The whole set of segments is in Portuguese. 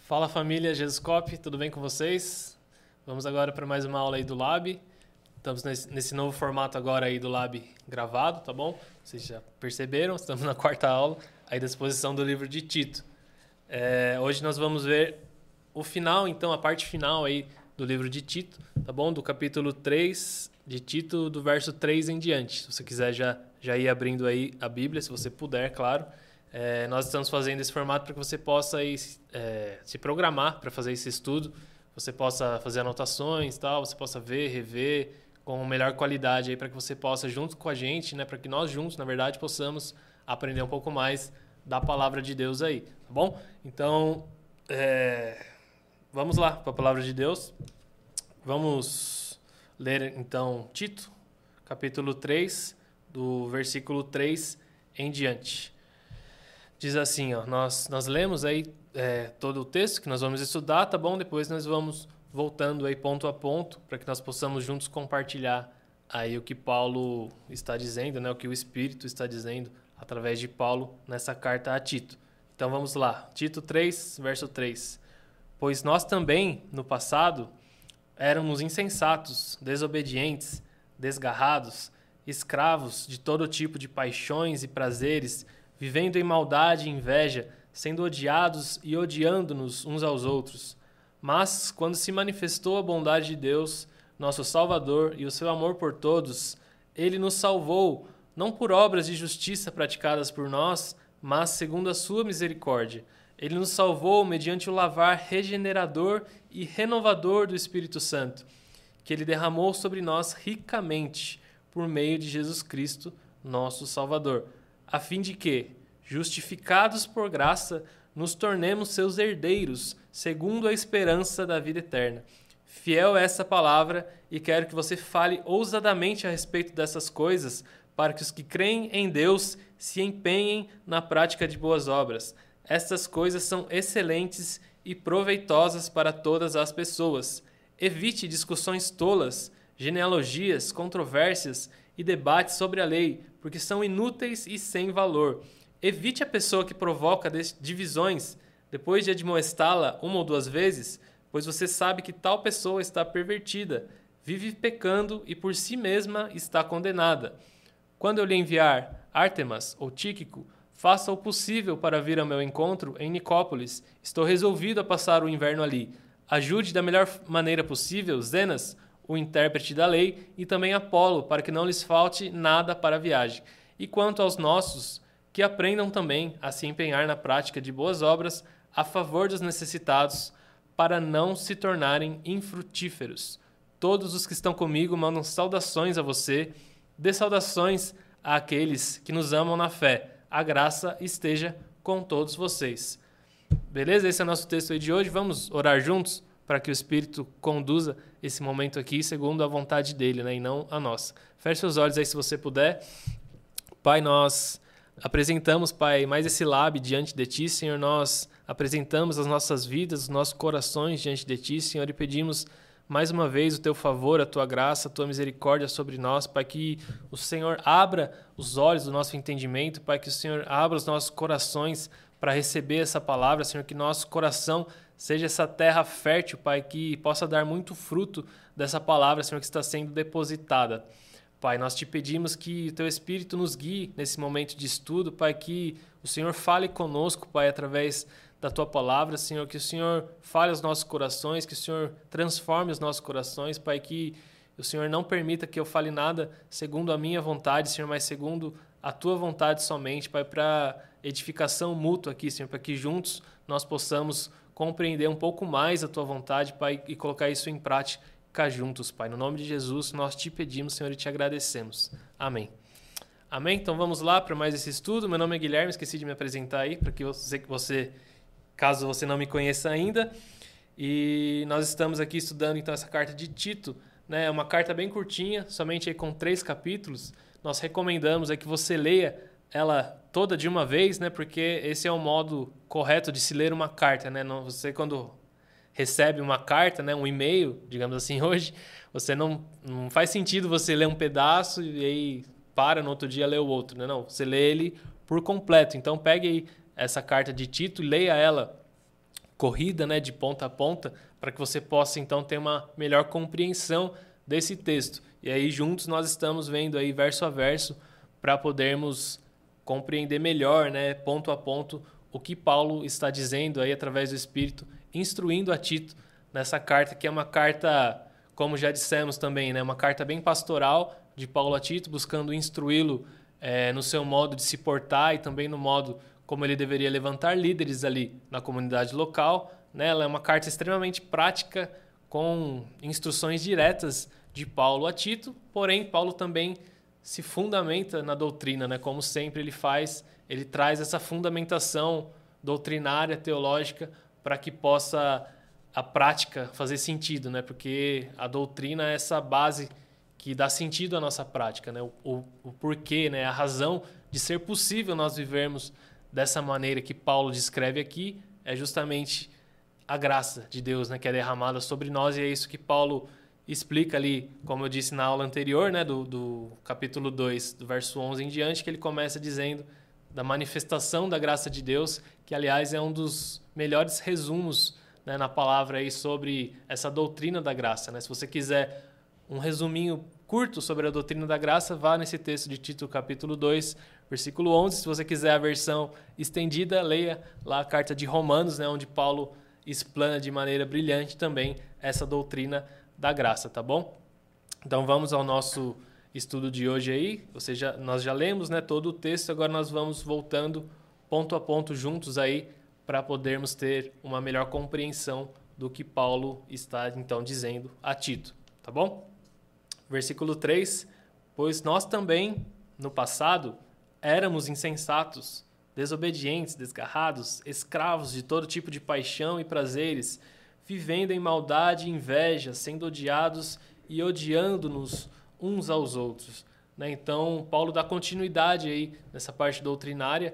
Fala família Jesuscope, tudo bem com vocês? Vamos agora para mais uma aula aí do Lab. Estamos nesse novo formato agora aí do Lab gravado, tá bom? Vocês já perceberam, estamos na quarta aula aí da exposição do livro de Tito. Hoje nós vamos ver o final, então, a parte final aí do livro de Tito, tá bom? Do capítulo 3 de Tito, do verso 3 em diante. Se você quiser já ir abrindo aí a Bíblia, se você puder, claro. Nós estamos fazendo esse formato para que você possa aí, se programar para fazer esse estudo, você possa fazer anotações, tal, você possa ver, rever com melhor qualidade aí para que você possa junto com a gente, né, para que nós juntos, na verdade, possamos aprender um pouco mais da palavra de Deus aí, tá bom? Então, vamos lá para a palavra de Deus. Vamos ler então Tito, capítulo 3, do versículo 3 em diante. Diz assim, ó, nós lemos aí todo o texto que nós vamos estudar, tá bom? Depois nós vamos voltando aí ponto a ponto para que nós possamos juntos compartilhar aí o que Paulo está dizendo, né? O que o Espírito está dizendo através de Paulo nessa carta a Tito. Então vamos lá, Tito 3, verso 3. Pois nós também, no passado, éramos insensatos, desobedientes, desgarrados, escravos de todo tipo de paixões e prazeres, vivendo em maldade e inveja, sendo odiados e odiando-nos uns aos outros. Mas, quando se manifestou a bondade de Deus, nosso Salvador, e o seu amor por todos, ele nos salvou, não por obras de justiça praticadas por nós, mas segundo a sua misericórdia. Ele nos salvou mediante o lavar regenerador e renovador do Espírito Santo, que ele derramou sobre nós ricamente, por meio de Jesus Cristo, nosso Salvador, a fim de que, justificados por graça, nos tornemos seus herdeiros, segundo a esperança da vida eterna. Fiel é essa palavra, e quero que você fale ousadamente a respeito dessas coisas, para que os que creem em Deus se empenhem na prática de boas obras. Estas coisas são excelentes e proveitosas para todas as pessoas. Evite discussões tolas, genealogias, controvérsias e debates sobre a lei, porque são inúteis e sem valor. Evite a pessoa que provoca divisões, depois de admoestá-la uma ou duas vezes, pois você sabe que tal pessoa está pervertida, vive pecando e por si mesma está condenada. Quando eu lhe enviar Ártemas ou Tíquico, faça o possível para vir ao meu encontro em Nicópolis. Estou resolvido a passar o inverno ali. Ajude da melhor maneira possível Zenas, o intérprete da lei, e também Apolo, para que não lhes falte nada para a viagem. E quanto aos nossos, que aprendam também a se empenhar na prática de boas obras a favor dos necessitados, para não se tornarem infrutíferos. Todos os que estão comigo mandam saudações a você, dê saudações àqueles que nos amam na fé. A graça esteja com todos vocês. Beleza? Esse é o nosso texto aí de hoje. Vamos orar juntos para que o Espírito conduza esse momento aqui segundo a vontade dele, né? E não a nossa. Feche seus olhos aí se você puder. Pai, nós apresentamos, Pai, mais esse Lab diante de Ti, Senhor. Nós apresentamos as nossas vidas, os nossos corações diante de Ti, Senhor, e pedimos mais uma vez o Teu favor, a Tua graça, a Tua misericórdia sobre nós, Pai, que o Senhor abra os olhos do nosso entendimento, Pai, que o Senhor abra os nossos corações para receber essa palavra, Senhor, que nosso coração seja essa terra fértil, Pai, que possa dar muito fruto dessa palavra, Senhor, que está sendo depositada. Pai, nós te pedimos que o Teu Espírito nos guie nesse momento de estudo, Pai, que o Senhor fale conosco, Pai, através da Tua palavra, Senhor, que o Senhor fale aos nossos corações, que o Senhor transforme os nossos corações, Pai, que o Senhor não permita que eu fale nada segundo a minha vontade, Senhor, mas segundo a Tua vontade somente, Pai, para edificação mútua aqui, Senhor, para que juntos nós possamos compreender um pouco mais a Tua vontade, Pai, e colocar isso em prática juntos, Pai. No nome de Jesus, nós te pedimos, Senhor, e te agradecemos. Amém. Amém? Então vamos lá para mais esse estudo. Meu nome é Guilherme, esqueci de me apresentar aí, para que você, caso você não me conheça ainda. E nós estamos aqui estudando então essa carta de Tito, né? É uma carta bem curtinha, somente aí com 3 capítulos. Nós recomendamos que você leia ela toda de uma vez, né? Porque esse é o modo correto de se ler uma carta, né? Você quando recebe uma carta, né, um e-mail, digamos assim, hoje, você não faz sentido você ler um pedaço e aí no outro dia ler o outro, né? Não, você lê ele por completo. Então pegue aí essa carta de Tito e leia ela corrida, né, de ponta a ponta, para que você possa então ter uma melhor compreensão desse texto. E aí juntos nós estamos vendo aí verso a verso para podermos compreender melhor, né, ponto a ponto, o que Paulo está dizendo aí através do Espírito, instruindo a Tito nessa carta, que é uma carta, como já dissemos também, né, uma carta bem pastoral de Paulo a Tito, buscando instruí-lo no seu modo de se portar e também no modo como ele deveria levantar líderes ali na comunidade local. Né? Ela é uma carta extremamente prática, com instruções diretas de Paulo a Tito, porém Paulo também se fundamenta na doutrina, né? Como sempre ele faz, ele traz essa fundamentação doutrinária, teológica, para que possa a prática fazer sentido, né? Porque a doutrina é essa base que dá sentido à nossa prática, né? O porquê, né? A razão de ser possível nós vivermos dessa maneira que Paulo descreve aqui é justamente a graça de Deus, né? Que é derramada sobre nós, e é isso que Paulo explica ali, como eu disse na aula anterior, né? do capítulo 2, do verso 11 em diante, que ele começa dizendo da manifestação da graça de Deus, que aliás é um dos melhores resumos, né, na palavra aí sobre essa doutrina da graça, né? Se você quiser um resuminho curto sobre a doutrina da graça, vá nesse texto de Tito, capítulo 2, versículo 11. Se você quiser a versão estendida, leia lá a carta de Romanos, né, onde Paulo explana de maneira brilhante também essa doutrina da graça, tá bom? Então vamos ao nosso estudo de hoje aí. Nós já lemos, né, todo o texto, agora nós vamos voltando ponto a ponto juntos aí para podermos ter uma melhor compreensão do que Paulo está então dizendo a Tito, tá bom? Versículo 3, pois nós também, no passado, éramos insensatos, desobedientes, desgarrados, escravos de todo tipo de paixão e prazeres, vivendo em maldade e inveja, sendo odiados e odiando-nos uns aos outros. Né? Então, Paulo dá continuidade aí nessa parte doutrinária,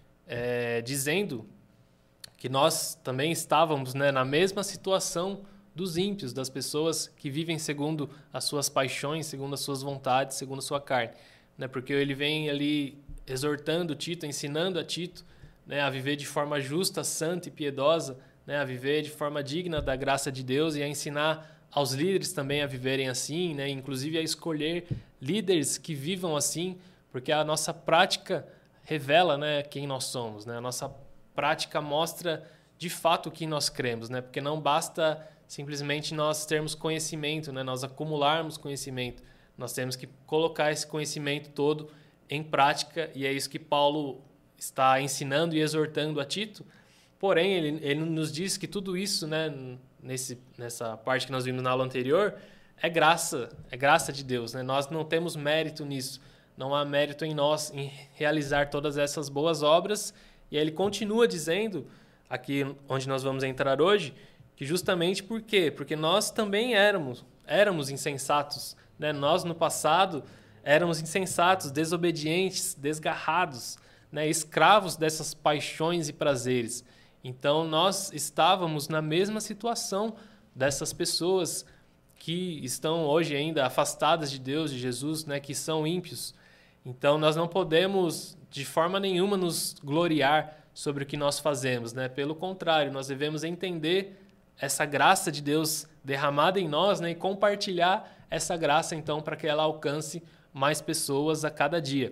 dizendo que nós também estávamos, né, na mesma situação dos ímpios, das pessoas que vivem segundo as suas paixões, segundo as suas vontades, segundo a sua carne. Né? Porque ele vem ali exortando Tito, ensinando a Tito, né, a viver de forma justa, santa e piedosa, né, a viver de forma digna da graça de Deus e a ensinar aos líderes também a viverem assim, né, inclusive a escolher líderes que vivam assim, porque a nossa prática revela, né, quem nós somos. Né? A nossa prática mostra de fato o que nós cremos, né? Porque não basta simplesmente nós termos conhecimento, né? Nós acumularmos conhecimento. Nós temos que colocar esse conhecimento todo em prática, e é isso que Paulo está ensinando e exortando a Tito. Porém, ele nos diz que tudo isso, né, nessa parte que nós vimos na aula anterior, é graça de Deus. Né? Nós não temos mérito nisso, não há mérito em nós em realizar todas essas boas obras. E aí ele continua dizendo, aqui onde nós vamos entrar hoje, que justamente por quê? Porque nós também éramos insensatos. Né? Nós, no passado, éramos insensatos, desobedientes, desgarrados, né? Escravos dessas paixões e prazeres. Então, nós estávamos na mesma situação dessas pessoas que estão hoje ainda afastadas de Deus, de Jesus, né? Que são ímpios. Então, nós não podemos, de forma nenhuma, nos gloriar sobre o que nós fazemos. Né? Pelo contrário, nós devemos entender essa graça de Deus derramada em nós, né? E compartilhar essa graça, então, para que ela alcance mais pessoas a cada dia.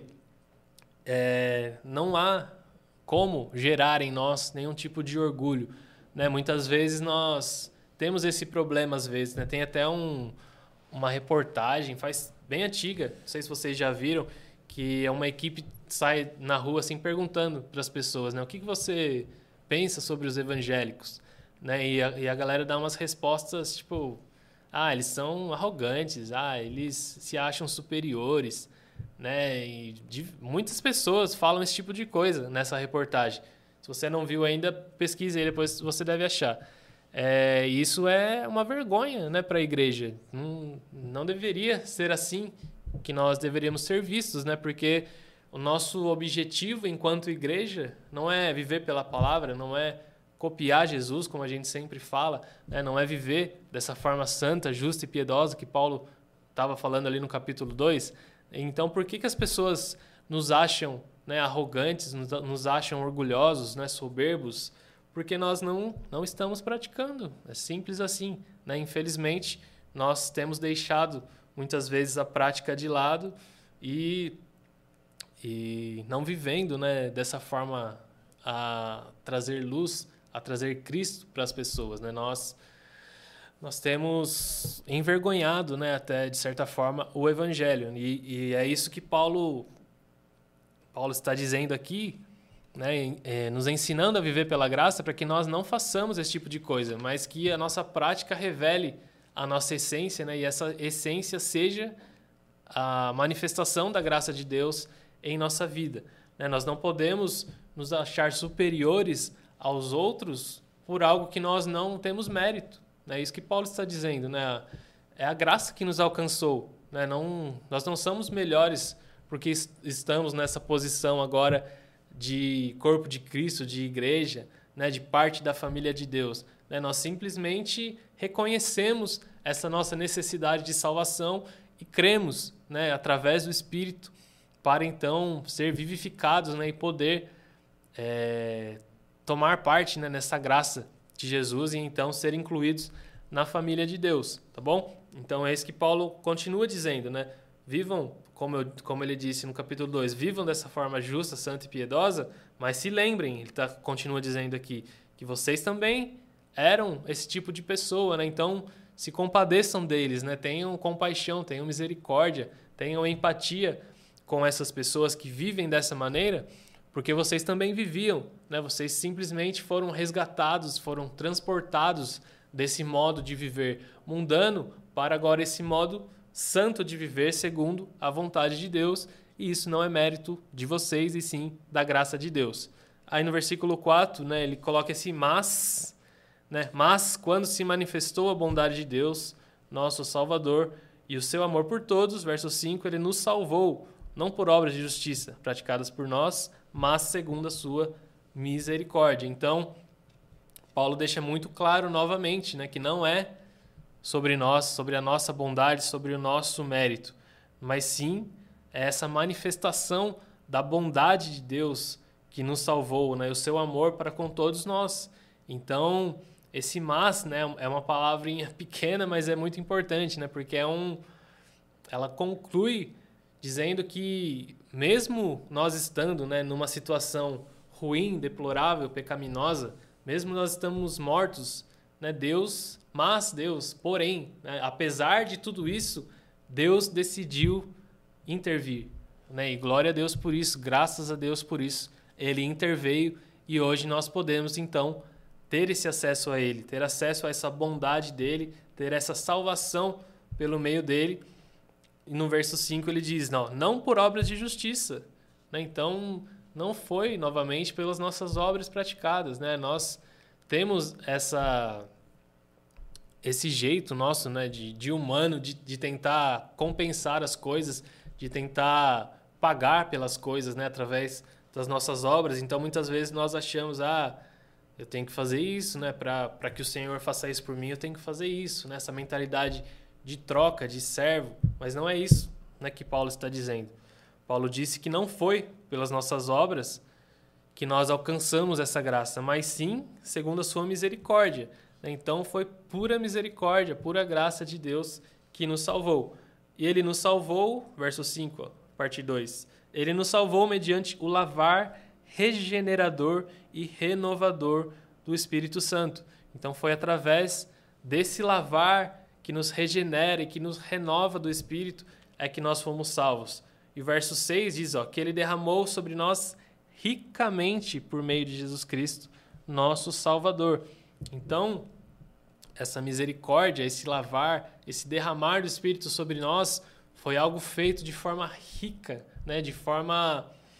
Não há como gerar em nós nenhum tipo de orgulho. Né? Muitas vezes nós temos esse problema, às vezes. Né? Tem até uma reportagem, bem antiga, não sei se vocês já viram, que é uma equipe sai na rua assim perguntando para as pessoas, né, o que você pensa sobre os evangélicos, né, e a galera dá umas respostas tipo, eles são arrogantes, eles se acham superiores, né, e muitas pessoas falam esse tipo de coisa nessa reportagem. Se você não viu ainda, pesquise aí, depois você deve achar. Isso é uma vergonha, né, para a igreja. Não deveria ser assim que nós deveríamos ser vistos, né? Porque o nosso objetivo enquanto igreja não é viver pela palavra, não é copiar Jesus, como a gente sempre fala, né? Não é viver dessa forma santa, justa e piedosa que Paulo estava falando ali no capítulo 2. Então, por que as pessoas nos acham, né, arrogantes, nos acham orgulhosos, né, soberbos? porque nós não estamos praticando. É simples assim, né? Infelizmente, nós temos deixado muitas vezes a prática de lado e não vivendo, né, dessa forma a trazer luz, a trazer Cristo para as pessoas, né? Nós temos envergonhado, né, até de certa forma, o Evangelho. E é isso que Paulo está dizendo aqui, né, nos ensinando a viver pela graça, para que nós não façamos esse tipo de coisa, mas que a nossa prática revele a nossa essência, né, e essa essência seja a manifestação da graça de Deus em nossa vida, né? Nós não podemos nos achar superiores aos outros por algo que nós não temos mérito. É isso que Paulo está dizendo, né? É a graça que nos alcançou, né? Nós não somos melhores porque estamos nessa posição agora de corpo de Cristo, de igreja, né? De parte da família de Deus, né? Nós simplesmente reconhecemos essa nossa necessidade de salvação e cremos, né? Através do Espírito para então ser vivificados, né? E poder tomar parte, né? Nessa graça de Jesus e então ser incluídos na família de Deus, tá bom? Então é isso que Paulo continua dizendo, né? Vivam, como ele disse no capítulo 2, vivam dessa forma justa, santa e piedosa, mas se lembrem, ele continua dizendo aqui, que vocês também eram esse tipo de pessoa, né? Então se compadeçam deles, né? Tenham compaixão, tenham misericórdia, tenham empatia com essas pessoas que vivem dessa maneira, porque vocês também viviam, né? Vocês simplesmente foram resgatados, foram transportados desse modo de viver mundano para agora esse modo santo de viver segundo a vontade de Deus, e isso não é mérito de vocês, e sim da graça de Deus. Aí no versículo 4, né, ele coloca esse mas, né? Mas quando se manifestou a bondade de Deus, nosso Salvador, e o seu amor por todos, verso 5, ele nos salvou, não por obras de justiça praticadas por nós, mas segundo a sua misericórdia. Então, Paulo deixa muito claro novamente, né, que não é sobre nós, sobre a nossa bondade, sobre o nosso mérito, mas sim é essa manifestação da bondade de Deus que nos salvou, né, o seu amor para com todos nós. Então, esse mas, né, é uma palavrinha pequena, mas é muito importante, né, porque ela conclui dizendo que mesmo nós estando, né, numa situação ruim, deplorável, pecaminosa, mesmo nós estamos mortos, né, porém, né, apesar de tudo isso, Deus decidiu intervir, né, e glória a Deus por isso, graças a Deus por isso, Ele interveio e hoje nós podemos então ter esse acesso a Ele, ter acesso a essa bondade dEle, ter essa salvação pelo meio dEle. E no verso 5 ele diz, não por obras de justiça, né? Então não foi novamente pelas nossas obras praticadas, né? Nós temos esse jeito nosso, né, de humano, de tentar compensar as coisas, de tentar pagar pelas coisas, né, através das nossas obras. Então muitas vezes nós achamos, eu tenho que fazer isso, né, para que o Senhor faça isso por mim, eu tenho que fazer isso, né? Essa mentalidade de troca, de servo, mas não é isso, né, que Paulo está dizendo. Paulo disse que não foi pelas nossas obras que nós alcançamos essa graça, mas sim segundo a sua misericórdia. Então foi pura misericórdia, pura graça de Deus que nos salvou. E Ele nos salvou, verso 5, parte 2, Ele nos salvou mediante o lavar regenerador e renovador do Espírito Santo. Então foi através desse lavar que nos regenera e que nos renova do Espírito, é que nós fomos salvos. E o verso 6 diz, que Ele derramou sobre nós ricamente por meio de Jesus Cristo, nosso Salvador. Então, essa misericórdia, esse lavar, esse derramar do Espírito sobre nós, foi algo feito de forma rica, né? De forma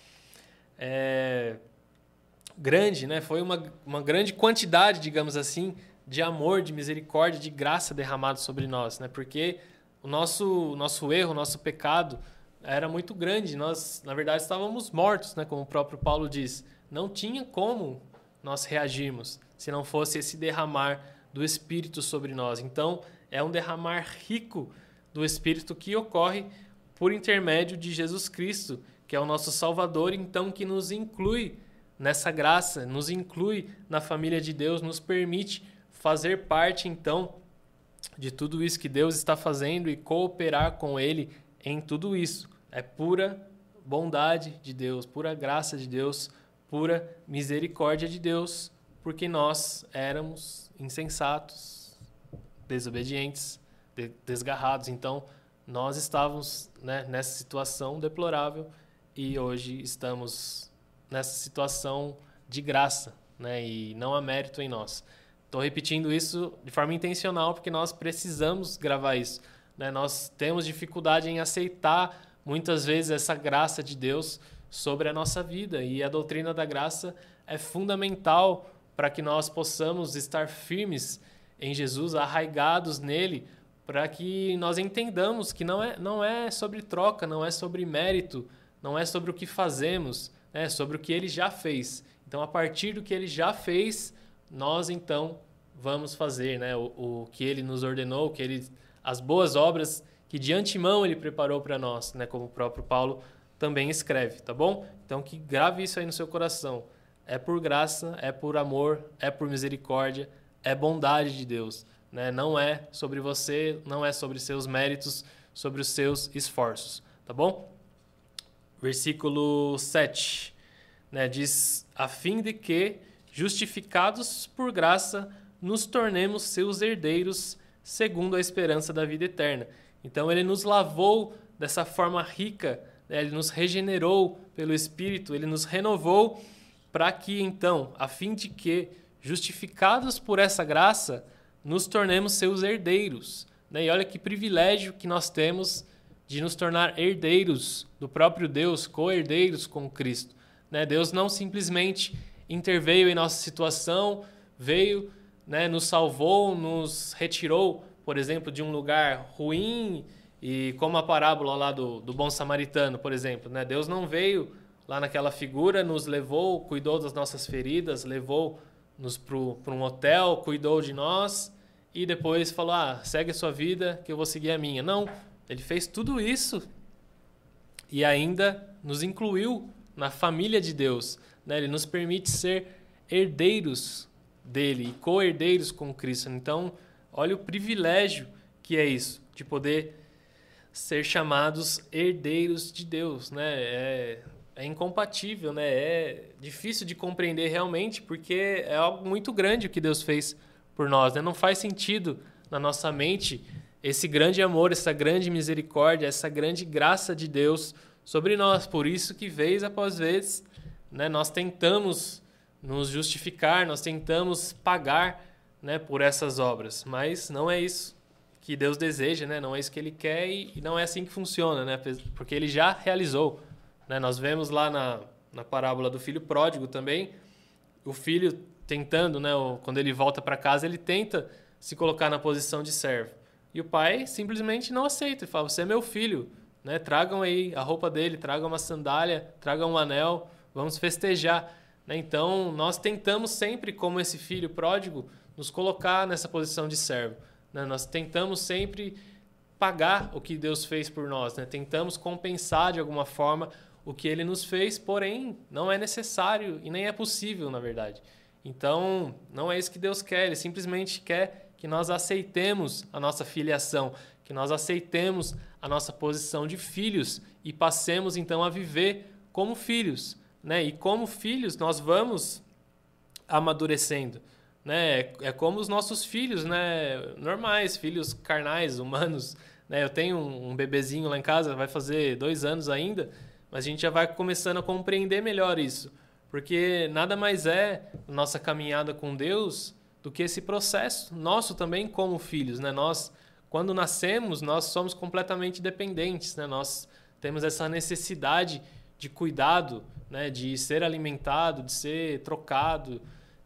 grande, né? Foi uma grande quantidade, digamos assim, de amor, de misericórdia, de graça derramado sobre nós, né? Porque o nosso erro, o nosso pecado era muito grande. Nós, na verdade, estávamos mortos, né? Como o próprio Paulo diz. Não tinha como nós reagirmos se não fosse esse derramar do Espírito sobre nós. Então, é um derramar rico do Espírito que ocorre por intermédio de Jesus Cristo, que é o nosso Salvador, então que nos inclui nessa graça, nos inclui na família de Deus, nos permite fazer parte, então, de tudo isso que Deus está fazendo e cooperar com Ele em tudo isso. É pura bondade de Deus, pura graça de Deus, pura misericórdia de Deus, porque nós éramos insensatos, desobedientes, desgarrados. Então, nós estávamos, né, nessa situação deplorável e hoje estamos nessa situação de graça, né, e não há mérito em nós. Estou repetindo isso de forma intencional porque nós precisamos gravar isso, né? Nós temos dificuldade em aceitar muitas vezes essa graça de Deus sobre a nossa vida, e a doutrina da graça é fundamental para que nós possamos estar firmes em Jesus, arraigados nele, para que nós entendamos que não é sobre troca, não é sobre mérito, não é sobre o que fazemos, é sobre o que ele já fez. Então, a partir do que ele já fez, nós então vamos fazer, né, o que ele nos ordenou, as boas obras que de antemão ele preparou para nós, né, como o próprio Paulo também escreve, tá bom? Então, que grave isso aí no seu coração. É por graça, é por amor, é por misericórdia, é bondade de Deus, né? Não é sobre você, não é sobre seus méritos, sobre os seus esforços, tá bom? Versículo 7, né, diz: a fim de que, justificados por graça, nos tornemos seus herdeiros segundo a esperança da vida eterna. Então, ele nos lavou dessa forma rica, né? Ele nos regenerou pelo Espírito, ele nos renovou para que, então, a fim de que, justificados por essa graça, nos tornemos seus herdeiros, né? E olha que privilégio que nós temos de nos tornar herdeiros do próprio Deus, co-herdeiros com Cristo, né? Deus não simplesmente interveio em nossa situação, veio, né, nos salvou, nos retirou, por exemplo, de um lugar ruim, e como a parábola lá do bom samaritano, por exemplo, né? Deus não veio lá naquela figura, nos levou, cuidou das nossas feridas, levou-nos para um hotel, cuidou de nós e depois falou: segue a sua vida que eu vou seguir a minha. Não, ele fez tudo isso e ainda nos incluiu na família de Deus, né? Ele nos permite ser herdeiros dele e co-herdeiros com Cristo. Então, olha o privilégio que é isso, de poder ser chamados herdeiros de Deus, né? É incompatível, né? É difícil de compreender realmente, porque é algo muito grande o que Deus fez por nós, né? Não faz sentido na nossa mente esse grande amor, essa grande misericórdia, essa grande graça de Deus sobre nós. Por isso que, vez após vez, né, nós tentamos nos justificar, nós tentamos pagar, né, por essas obras, mas não é isso que Deus deseja, né? Não é isso que Ele quer e não é assim que funciona, né? Porque Ele já realizou, né? Nós vemos lá na parábola do filho pródigo também, o filho tentando, né, quando ele volta para casa, ele tenta se colocar na posição de servo, e o pai simplesmente não aceita e fala: você é meu filho, né? Tragam aí a roupa dele, tragam uma sandália, tragam um anel, vamos festejar. Então, nós tentamos sempre, como esse filho pródigo, nos colocar nessa posição de servo, né? Nós tentamos sempre pagar o que Deus fez por nós, né? Tentamos compensar de alguma forma o que Ele nos fez, porém, não é necessário e nem é possível, na verdade. Então, não é isso que Deus quer. Ele simplesmente quer que nós aceitemos a nossa filiação, que nós aceitemos a nossa posição de filhos e passemos, então, a viver como filhos, né? E como filhos nós vamos amadurecendo, né? É como os nossos filhos, né, normais, filhos carnais, humanos, né? Eu tenho um bebezinho lá em casa, vai fazer 2 anos ainda, mas a gente já vai começando a compreender melhor isso, porque nada mais é nossa caminhada com Deus do que esse processo nosso também como filhos, né? Nós, quando nascemos, nós somos completamente dependentes, né? Nós temos essa necessidade de cuidado, né, de ser alimentado, de ser trocado,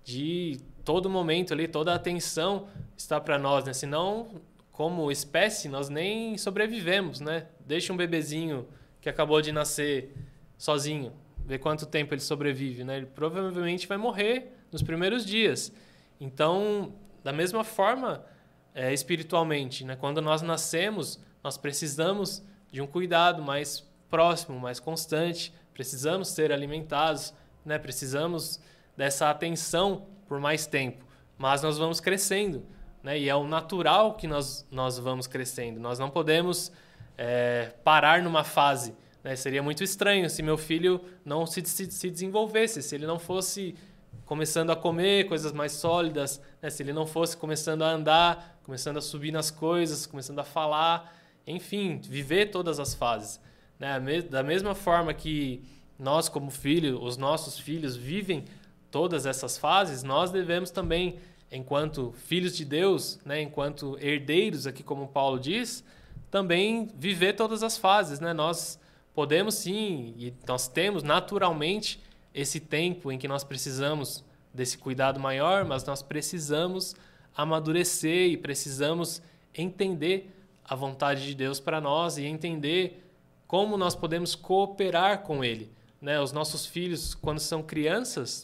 de todo momento ali, toda a atenção está para nós, né? Senão, como espécie, nós nem sobrevivemos, né? Deixa um bebezinho que acabou de nascer sozinho, vê quanto tempo ele sobrevive, né? Ele provavelmente vai morrer nos primeiros dias. Então, da mesma forma, espiritualmente, né? Quando nós nascemos, nós precisamos de um cuidado mais próximo, mais constante, precisamos ser alimentados, né? Precisamos dessa atenção por mais tempo, mas nós vamos crescendo, né? E é o natural que nós vamos crescendo. Nós não podemos parar numa fase, né? Seria muito estranho se meu filho não se desenvolvesse, se ele não fosse começando a comer coisas mais sólidas, né? Se ele não fosse começando a andar, começando a subir nas coisas, começando a falar, enfim, viver todas as fases, né? Da mesma forma que nós, como filho, os nossos filhos vivem todas essas fases, nós devemos também, enquanto filhos de Deus, né? Enquanto herdeiros, aqui como Paulo diz, também viver todas as fases, né? Nós podemos sim, e nós temos naturalmente esse tempo em que nós precisamos desse cuidado maior, mas nós precisamos amadurecer e precisamos entender a vontade de Deus para nós e entender como nós podemos cooperar com Ele, né? Os nossos filhos, quando são crianças,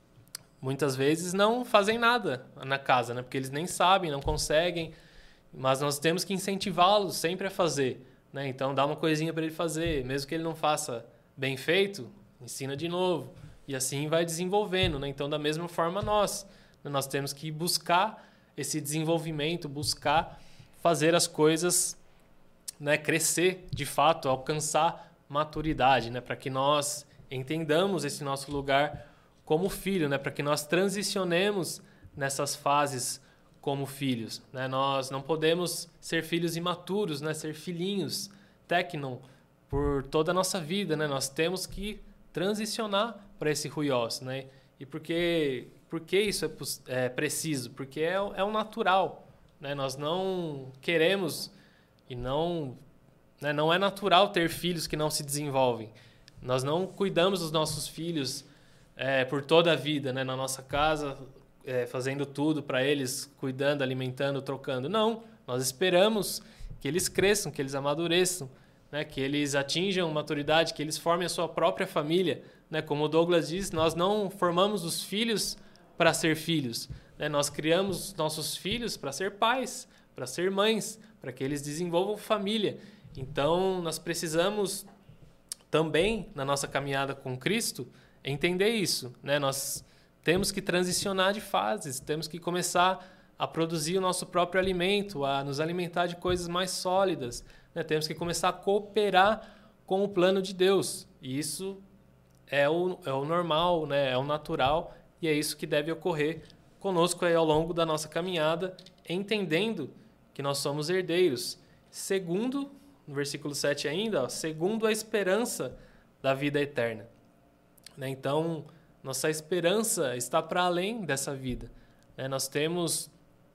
muitas vezes não fazem nada na casa, né? Porque eles nem sabem, não conseguem, mas nós temos que incentivá-los sempre a fazer, né? Então, dá uma coisinha para ele fazer, mesmo que ele não faça bem feito, ensina de novo. E assim vai desenvolvendo, né? Então, da mesma forma, nós temos que buscar esse desenvolvimento, buscar fazer as coisas, né, crescer de fato, alcançar maturidade, né? Para que nós entendamos esse nosso lugar como filho, né? Para que nós transicionemos nessas fases como filhos, né? Nós não podemos ser filhos imaturos, né? Ser filhinhos, tecnon, por toda a nossa vida, né? Nós temos que transicionar para esse ruios, né? E por que isso é preciso? Porque é o natural, né? Nós não queremos e não é natural ter filhos que não se desenvolvem. Nós não cuidamos dos nossos filhos por toda a vida, né? Na nossa casa, fazendo tudo para eles, cuidando, alimentando, trocando. Não, nós esperamos que eles cresçam, que eles amadureçam, né? Que eles atinjam maturidade, que eles formem a sua própria família, né? Como o Douglas diz, nós não formamos os filhos para ser filhos, né? Nós criamos nossos filhos para ser pais, para ser mães, para que eles desenvolvam família. Então, nós precisamos também, na nossa caminhada com Cristo, entender isso, né? Nós temos que transicionar de fases, temos que começar a produzir o nosso próprio alimento, a nos alimentar de coisas mais sólidas, né? Temos que começar a cooperar com o plano de Deus. E isso é o normal, né? É o natural, e é isso que deve ocorrer conosco aí ao longo da nossa caminhada, entendendo que nós somos herdeiros. Segundo, no versículo 7 ainda, segundo a esperança da vida eterna. Né? Então, nossa esperança está para além dessa vida, né? Nós temos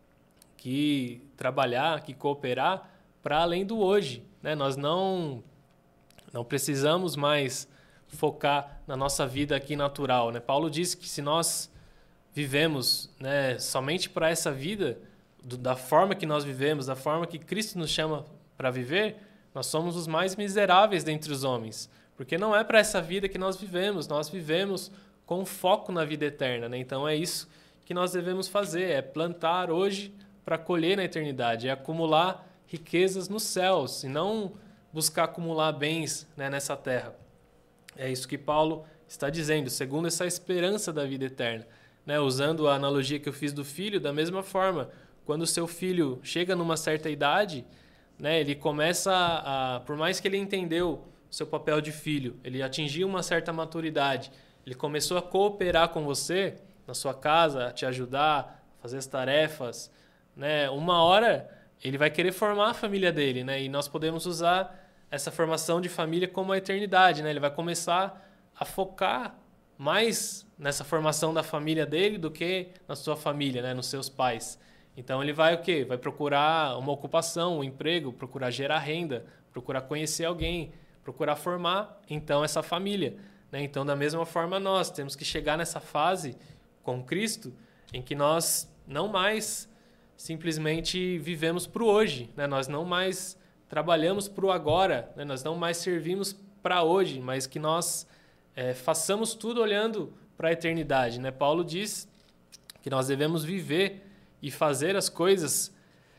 que trabalhar, que cooperar para além do hoje, né? Nós não precisamos mais focar na nossa vida aqui natural, né? Paulo diz que se nós vivemos, né, somente para essa vida, da forma que nós vivemos, da forma que Cristo nos chama para viver, nós somos os mais miseráveis dentre os homens, porque não é para essa vida que nós vivemos com foco na vida eterna, né? Então é isso que nós devemos fazer, é plantar hoje para colher na eternidade, é acumular riquezas nos céus e não buscar acumular bens, né, nessa terra. É isso que Paulo está dizendo, segundo essa esperança da vida eterna, né? Usando a analogia que eu fiz do filho, da mesma forma, quando o seu filho chega numa certa idade, né, ele começa por mais que ele entendeu o seu papel de filho, ele atingiu uma certa maturidade, ele começou a cooperar com você na sua casa, a te ajudar, a fazer as tarefas, né? Uma hora ele vai querer formar a família dele, né? E nós podemos usar essa formação de família como a eternidade, né? Ele vai começar a focar mais nessa formação da família dele do que na sua família, né? Nos seus pais. Então ele vai o quê? Vai procurar uma ocupação, um emprego, procurar gerar renda, procurar conhecer alguém, procurar formar então essa família, né? Então da mesma forma nós temos que chegar nessa fase com Cristo em que nós não mais simplesmente vivemos para o hoje, né? Nós não mais trabalhamos para o agora, né? Nós não mais servimos para hoje, mas que nós façamos tudo olhando para a eternidade, né? Paulo diz que nós devemos viver e fazer as coisas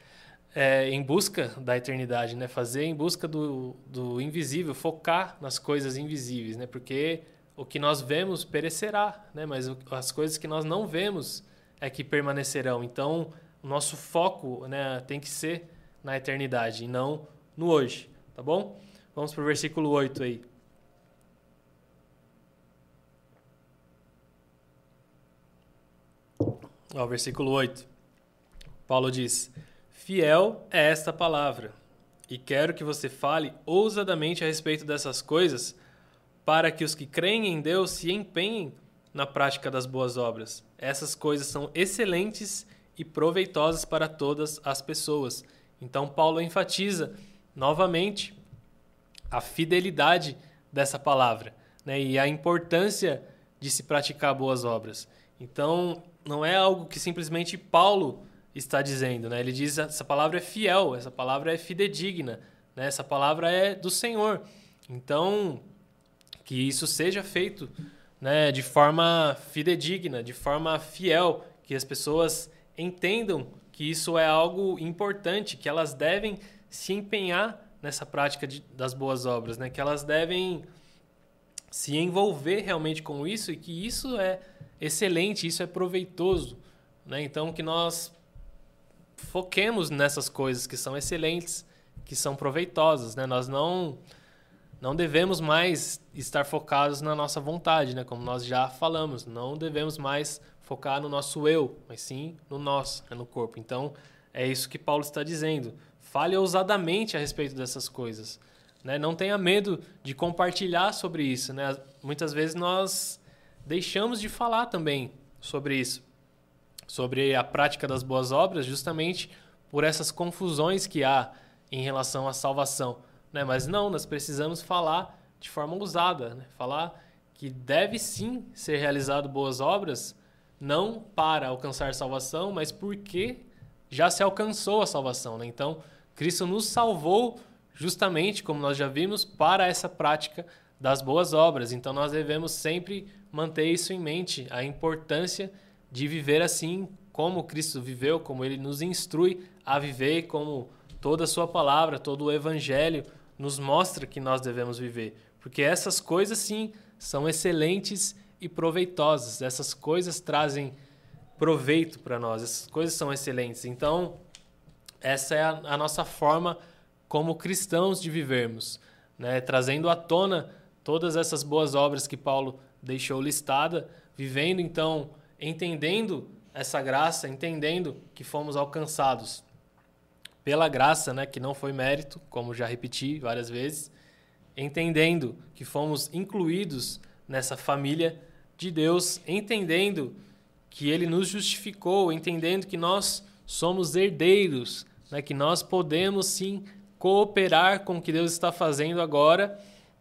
em busca da eternidade, né? Fazer em busca do invisível, focar nas coisas invisíveis, né? Porque o que nós vemos perecerá, né? Mas as coisas que nós não vemos é que permanecerão. Então, o nosso foco, né, tem que ser na eternidade e não no hoje, tá bom? Vamos para o versículo 8 aí. Ó, versículo 8. Paulo diz: fiel é esta palavra, e quero que você fale ousadamente a respeito dessas coisas, para que os que creem em Deus se empenhem na prática das boas obras. Essas coisas são excelentes e proveitosas para todas as pessoas. Então, Paulo enfatiza novamente a fidelidade dessa palavra, né, e a importância de se praticar boas obras. Então, não é algo que simplesmente Paulo está dizendo, né? Ele diz: essa palavra é fiel, essa palavra é fidedigna, né? Essa palavra é do Senhor. Então, que isso seja feito, né, de forma fidedigna, de forma fiel, que as pessoas entendam que isso é algo importante, que elas devem se empenhar nessa prática das boas obras, né? Que elas devem se envolver realmente com isso e que isso é excelente, isso é proveitoso, né? Então, que nós foquemos nessas coisas que são excelentes, que são proveitosas, né? Nós não devemos mais estar focados na nossa vontade, né? Como nós já falamos, não devemos mais focar no nosso eu, mas sim no nosso, no corpo. Então, é isso que Paulo está dizendo. Fale ousadamente a respeito dessas coisas, né? Não tenha medo de compartilhar sobre isso, né? Muitas vezes nós deixamos de falar também sobre isso, sobre a prática das boas obras, justamente por essas confusões que há em relação à salvação, né? Mas não, nós precisamos falar de forma ousada, né? Falar que deve sim ser realizado boas obras, não para alcançar salvação, mas porque já se alcançou a salvação, né? Então, Cristo nos salvou justamente, como nós já vimos, para essa prática das boas obras. Então, nós devemos sempre manter isso em mente, a importância de viver assim como Cristo viveu, como Ele nos instrui a viver, como toda a sua palavra, todo o Evangelho nos mostra que nós devemos viver. Porque essas coisas, sim, são excelentes e proveitosas. Essas coisas trazem proveito para nós, essas coisas são excelentes. Então, essa é a nossa forma como cristãos de vivermos, né? Trazendo à tona todas essas boas obras que Paulo deixou listada, vivendo, então, entendendo essa graça, entendendo que fomos alcançados pela graça, né, que não foi mérito, como já repeti várias vezes, entendendo que fomos incluídos nessa família de Deus, entendendo que Ele nos justificou, entendendo que nós somos herdeiros, né, que nós podemos sim cooperar com o que Deus está fazendo agora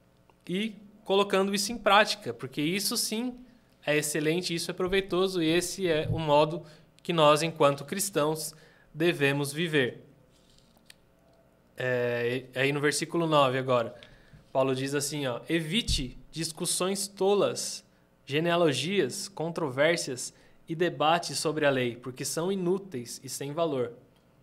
e colocando isso em prática, porque isso sim é excelente, isso é proveitoso e esse é o modo que nós, enquanto cristãos, devemos viver. Aí no versículo 9 agora, Paulo diz assim, ó: evite discussões tolas, genealogias, controvérsias e debates sobre a lei, porque são inúteis e sem valor.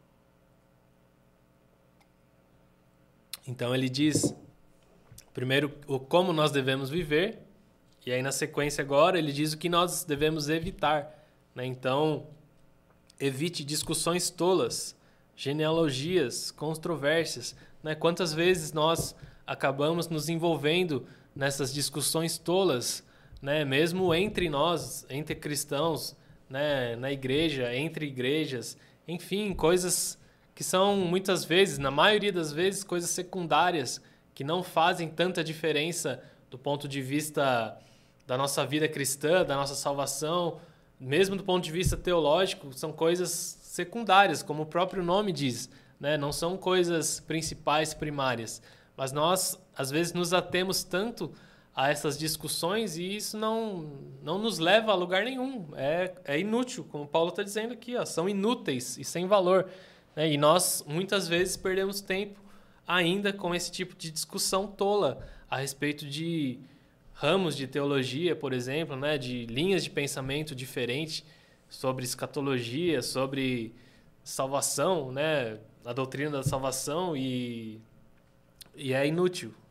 Então ele diz, primeiro, como nós devemos viver, e aí na sequência agora ele diz o que nós devemos evitar, né? Então, evite discussões tolas, genealogias, controvérsias, né? Quantas vezes nós acabamos nos envolvendo nessas discussões tolas, né? Mesmo entre nós, entre cristãos, né? Na igreja, entre igrejas, enfim, coisas que são muitas vezes, na maioria das vezes, coisas secundárias, que não fazem tanta diferença do ponto de vista da nossa vida cristã, da nossa salvação, mesmo do ponto de vista teológico, são coisas secundárias, como o próprio nome diz, né? Não são coisas principais, primárias. Mas nós, às vezes, nos atemos tanto a essas discussões e isso não nos leva a lugar nenhum. É inútil, como Paulo está dizendo aqui, ó, são inúteis e sem valor, né? E nós, muitas vezes, perdemos tempo ainda com esse tipo de discussão tola a respeito de ramos de teologia, por exemplo, né? De linhas de pensamento diferentes sobre escatologia, sobre salvação, né? A doutrina da salvação e é inútil,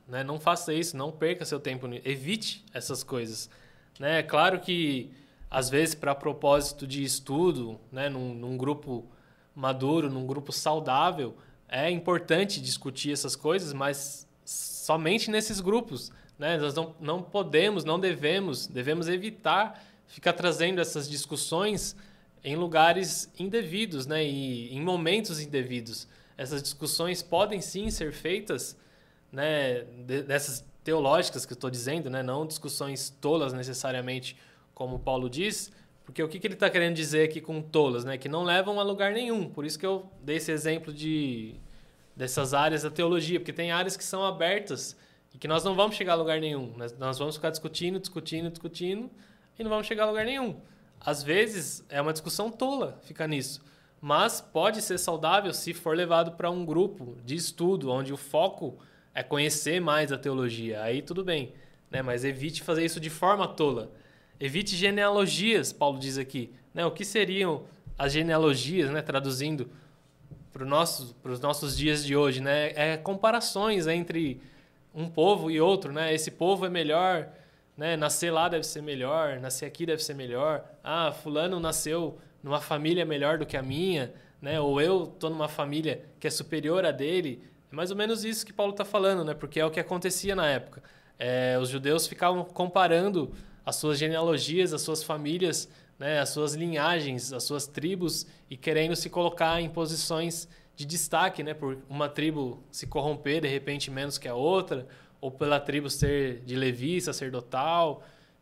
né? Não faça isso, não perca seu tempo, evite essas coisas, né? É claro que, às vezes, para propósito de estudo, né? Num grupo maduro, num grupo saudável, é importante discutir essas coisas, mas somente nesses grupos, né? Nós não podemos, não devemos evitar ficar trazendo essas discussões em lugares indevidos, né? E em momentos indevidos. Essas discussões podem sim ser feitas, né? Dessas teológicas que eu estou dizendo, né? Não discussões tolas necessariamente, como Paulo diz, porque o que ele está querendo dizer aqui com tolas, né? Que não levam a lugar nenhum. Por isso que eu dei esse exemplo dessas áreas da teologia, porque tem áreas que são abertas e que nós não vamos chegar a lugar nenhum. Nós vamos ficar discutindo e não vamos chegar a lugar nenhum. Às vezes é uma discussão tola ficar nisso, mas pode ser saudável se for levado para um grupo de estudo, onde o foco é conhecer mais a teologia. Aí tudo bem, né? Mas evite fazer isso de forma tola. Evite genealogias, Paulo diz aqui, né? O que seriam as genealogias, né? Traduzindo para os nossos dias de hoje, né? É comparações entre um povo e outro, né? Esse povo é melhor, né? Nascer lá deve ser melhor, nascer aqui deve ser melhor. Ah, fulano nasceu numa família melhor do que a minha, né? Ou eu estou numa família que é superior à dele. É mais ou menos isso que Paulo está falando, né? Porque é o que acontecia na época. Os judeus ficavam comparando as suas genealogias, as suas famílias, né? As suas linhagens, as suas tribos, e querendo se colocar em posições de destaque, né? Por uma tribo se corromper de repente menos que a outra, ou pela tribo ser de Levi, sacerdotal.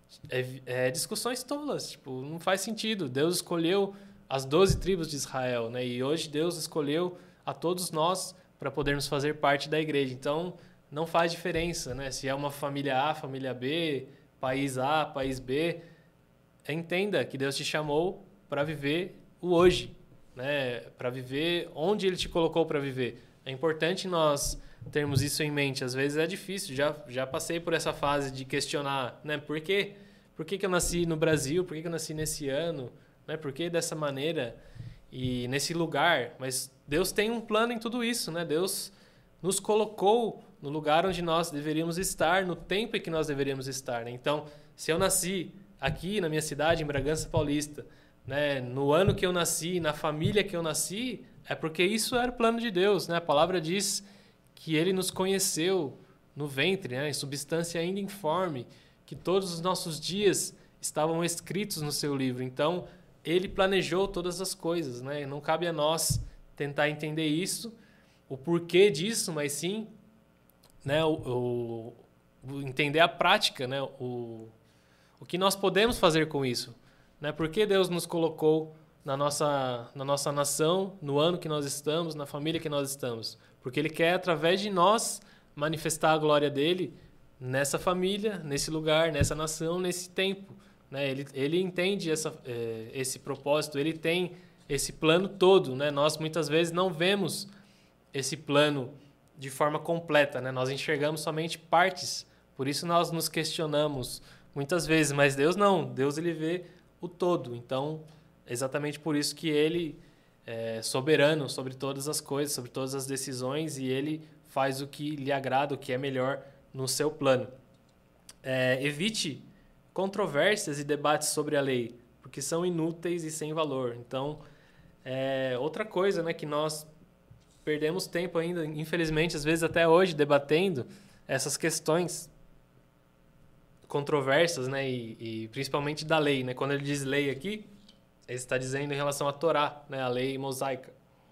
Discussões tolas, tipo, não faz sentido. Deus escolheu as 12 tribos de Israel, né? E hoje Deus escolheu a todos nós para podermos fazer parte da igreja. Então, não faz diferença, né? Se é uma família A, família B, país A, país B. Entenda que Deus te chamou para viver o hoje, né? Para viver onde Ele te colocou para viver. É importante nós termos isso em mente. Às vezes é difícil, já passei por essa fase de questionar, né? Por quê? Por que eu nasci no Brasil? Por que eu nasci nesse ano? Né? Por que dessa maneira e nesse lugar? Mas Deus tem um plano em tudo isso, né? Deus nos colocou no lugar onde nós deveríamos estar, no tempo em que nós deveríamos estar, né? Então, se eu nasci aqui na minha cidade, em Bragança Paulista, né? No ano que eu nasci, na família que eu nasci, é porque isso era o plano de Deus, né? A palavra diz que Ele nos conheceu no ventre, né? Em substância ainda informe, que todos os nossos dias estavam escritos no seu livro. Então, Ele planejou todas as coisas, né? Não cabe a nós tentar entender isso, o porquê disso, mas sim, né, entender a prática, né? O que nós podemos fazer com isso, né? Por que Deus nos colocou na nossa nação, no ano que nós estamos, na família que nós estamos? Porque Ele quer, através de nós, manifestar a glória dele nessa família, nesse lugar, nessa nação, nesse tempo, né? Ele entende esse propósito, Ele tem esse plano todo, né? Nós muitas vezes não vemos esse plano de forma completa, né? Nós enxergamos somente partes, por isso nós nos questionamos muitas vezes, mas Deus não, Deus Ele vê o todo. Então, é exatamente por isso que Ele é soberano sobre todas as coisas, sobre todas as decisões, e Ele faz o que lhe agrada, o que é melhor no seu plano. Evite controvérsias e debates sobre a lei, porque são inúteis e sem valor. Então, outra coisa, né, que nós perdemos tempo ainda, infelizmente, às vezes até hoje, debatendo essas questões controversas, né, e principalmente da lei, né? Quando ele diz lei aqui, ele está dizendo em relação à Torá, né, a lei mosaica.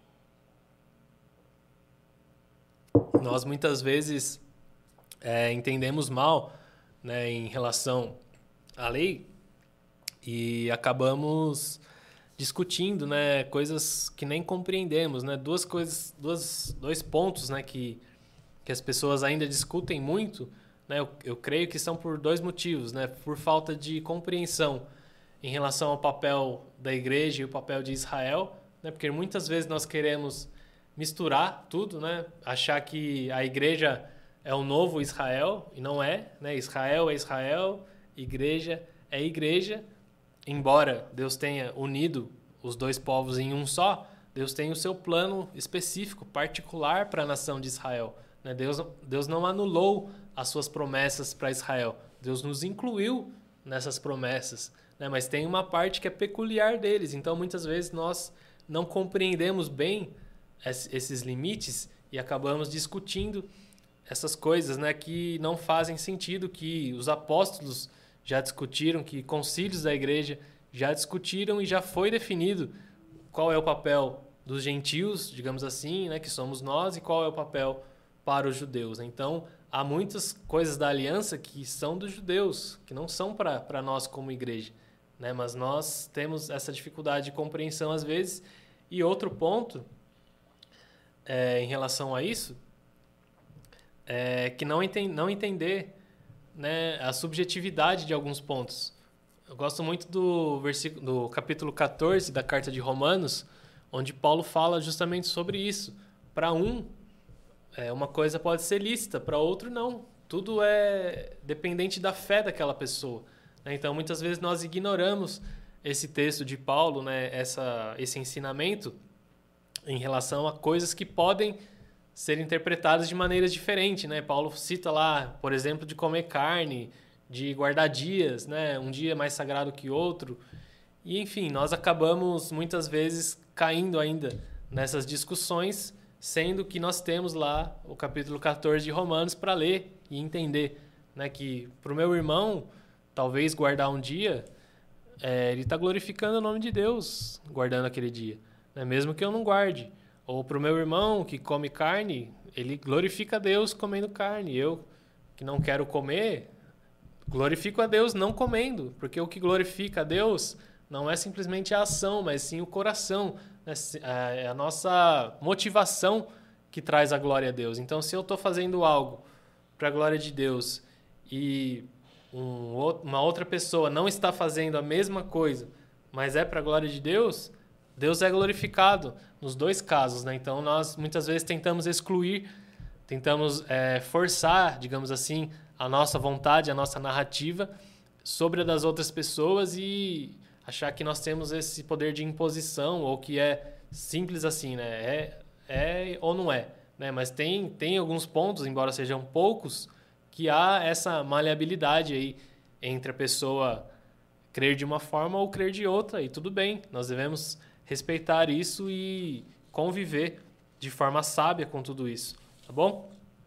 Nós muitas vezes entendemos mal, né, em relação à lei e acabamos discutindo, né, coisas que nem compreendemos, né? Dois pontos, né, que as pessoas ainda discutem muito, né? Eu creio que são por dois motivos, né? Por falta de compreensão em relação ao papel da igreja e o papel de Israel, né? Porque muitas vezes nós queremos misturar tudo, né? Achar que a igreja é o novo Israel, e não é, né? Israel é Israel, igreja é igreja. Embora Deus tenha unido os dois povos em um só, Deus tem o seu plano específico, particular para a nação de Israel, né? Deus não anulou as suas promessas para Israel. Deus nos incluiu nessas promessas, né? Mas tem uma parte que é peculiar deles. Então, muitas vezes, nós não compreendemos bem esses limites e acabamos discutindo essas coisas, né, que não fazem sentido, que os apóstolos já discutiram, que concílios da igreja já discutiram e já foi definido qual é o papel dos gentios, digamos assim, né, que somos nós, e qual é o papel para os judeus. Então, há muitas coisas da aliança que são dos judeus, que não são para nós como igreja, né, mas nós temos essa dificuldade de compreensão às vezes. E outro ponto em relação a isso é que não entender, né, a subjetividade de alguns pontos. Eu gosto muito do capítulo 14 da carta de Romanos, onde Paulo fala justamente sobre isso. Para uma coisa pode ser lícita, para outro não. Tudo é dependente da fé daquela pessoa, né? Então, muitas vezes nós ignoramos esse texto de Paulo, né, esse ensinamento em relação a coisas que podem ser interpretadas de maneiras diferentes, né? Paulo cita lá, por exemplo, de comer carne, de guardar dias, né? Um dia mais sagrado que outro. E, enfim, nós acabamos muitas vezes caindo ainda nessas discussões, sendo que nós temos lá o capítulo 14 de Romanos para ler e entender, né? Que para o meu irmão, talvez guardar um dia, ele está glorificando o nome de Deus guardando aquele dia, né? Mesmo que eu não guarde. Ou para o meu irmão que come carne, ele glorifica a Deus comendo carne. Eu, que não quero comer, glorifico a Deus não comendo. Porque o que glorifica a Deus não é simplesmente a ação, mas sim o coração, né? É a nossa motivação que traz a glória a Deus. Então, se eu estou fazendo algo para a glória de Deus e uma outra pessoa não está fazendo a mesma coisa, mas é para a glória de Deus, Deus é glorificado nos dois casos, né? Então, nós muitas vezes tentamos excluir, tentamos forçar, digamos assim, a nossa vontade, a nossa narrativa sobre a das outras pessoas e achar que nós temos esse poder de imposição ou que é simples assim, né? É ou não é, né? Mas tem alguns pontos, embora sejam poucos, que há essa maleabilidade aí entre a pessoa crer de uma forma ou crer de outra, e tudo bem, nós devemos respeitar isso e conviver de forma sábia com tudo isso, tá bom?